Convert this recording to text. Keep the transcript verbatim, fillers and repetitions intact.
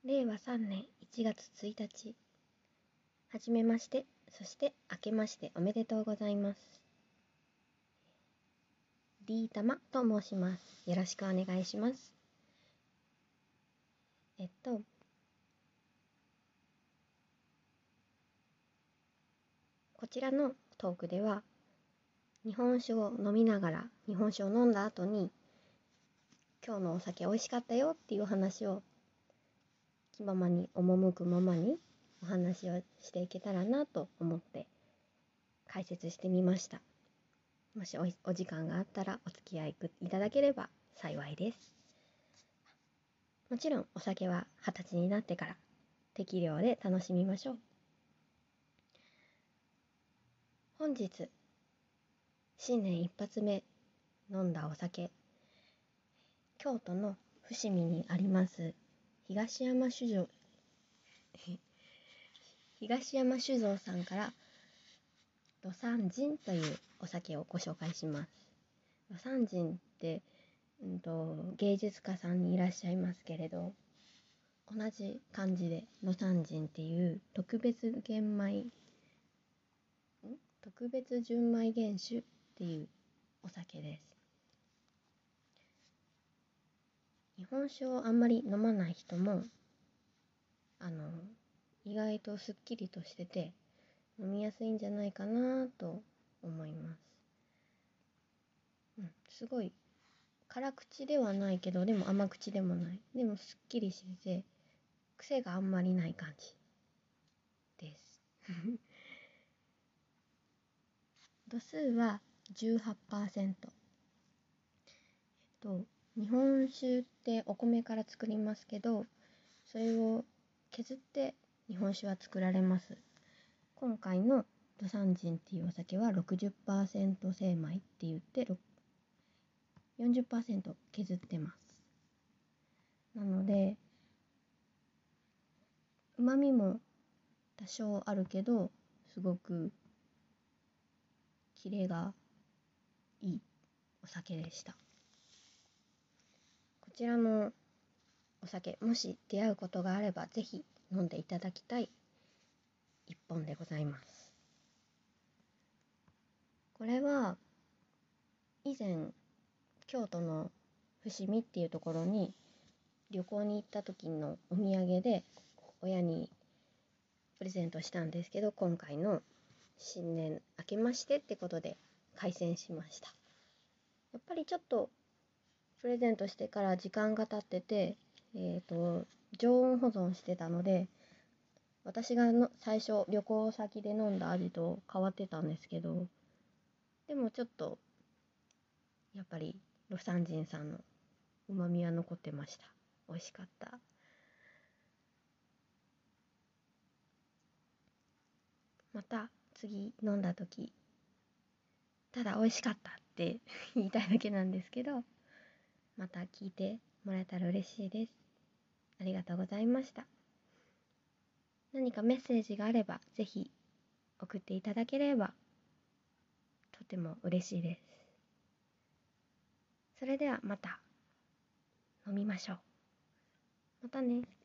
れいわさんねんいちがつついたち、はじめまして、そして明けましておめでとうございます。D たまと申します。よろしくお願いします。えっと、こちらのトークでは、日本酒を飲みながら、日本酒を飲んだ後に、今日のお酒美味しかったよっていう話を、気ままに赴くままにお話をしていけたらなと思って解説してみました。もし お, お時間があったらお付き合いいただければ幸いです。もちろんお酒は二十歳になってから適量で楽しみましょう。本日新年一発目飲んだお酒、京都の伏見にあります東山酒造東山酒造さんから魯山人というお酒をご紹介します。魯山人って、うんと、芸術家さんにいらっしゃいますけれど、同じ漢字で魯山人っていう特別玄米特別純米原酒っていうお酒です。日本酒をあんまり飲まない人もあの意外とすっきりとしてて飲みやすいんじゃないかなと思います。うん、すごい辛口ではないけど、でも甘口でもない、でもすっきりしてて癖があんまりない感じです度数は じゅうはちパーセント。 えっと日本酒ってお米から作りますけど、それを削って日本酒は作られます。今回の魯山人っていうお酒は ろくじゅっパーセント 精米って言って よんじゅっパーセント 削ってます。なので旨味も多少あるけど、すごくキレがいいお酒でした。こちらのお酒、もし出会うことがあればぜひ飲んでいただきたい一本でございます。これは以前京都の伏見っていうところに旅行に行った時のお土産で親にプレゼントしたんですけど、今回の新年明けましてってことで開栓しました。やっぱりちょっとプレゼントしてから時間が経ってて、えっと常温保存してたので、私がの最初旅行先で飲んだ味と変わってたんですけど、でもちょっとやっぱり魯山人さんのうまみは残ってました。美味しかった。また次飲んだ時、ただ美味しかったって言いたいだけなんですけど、また聞いてもらえたら嬉しいです。ありがとうございました。何かメッセージがあればぜひ送っていただければとても嬉しいです。それではまた飲みましょう。またね。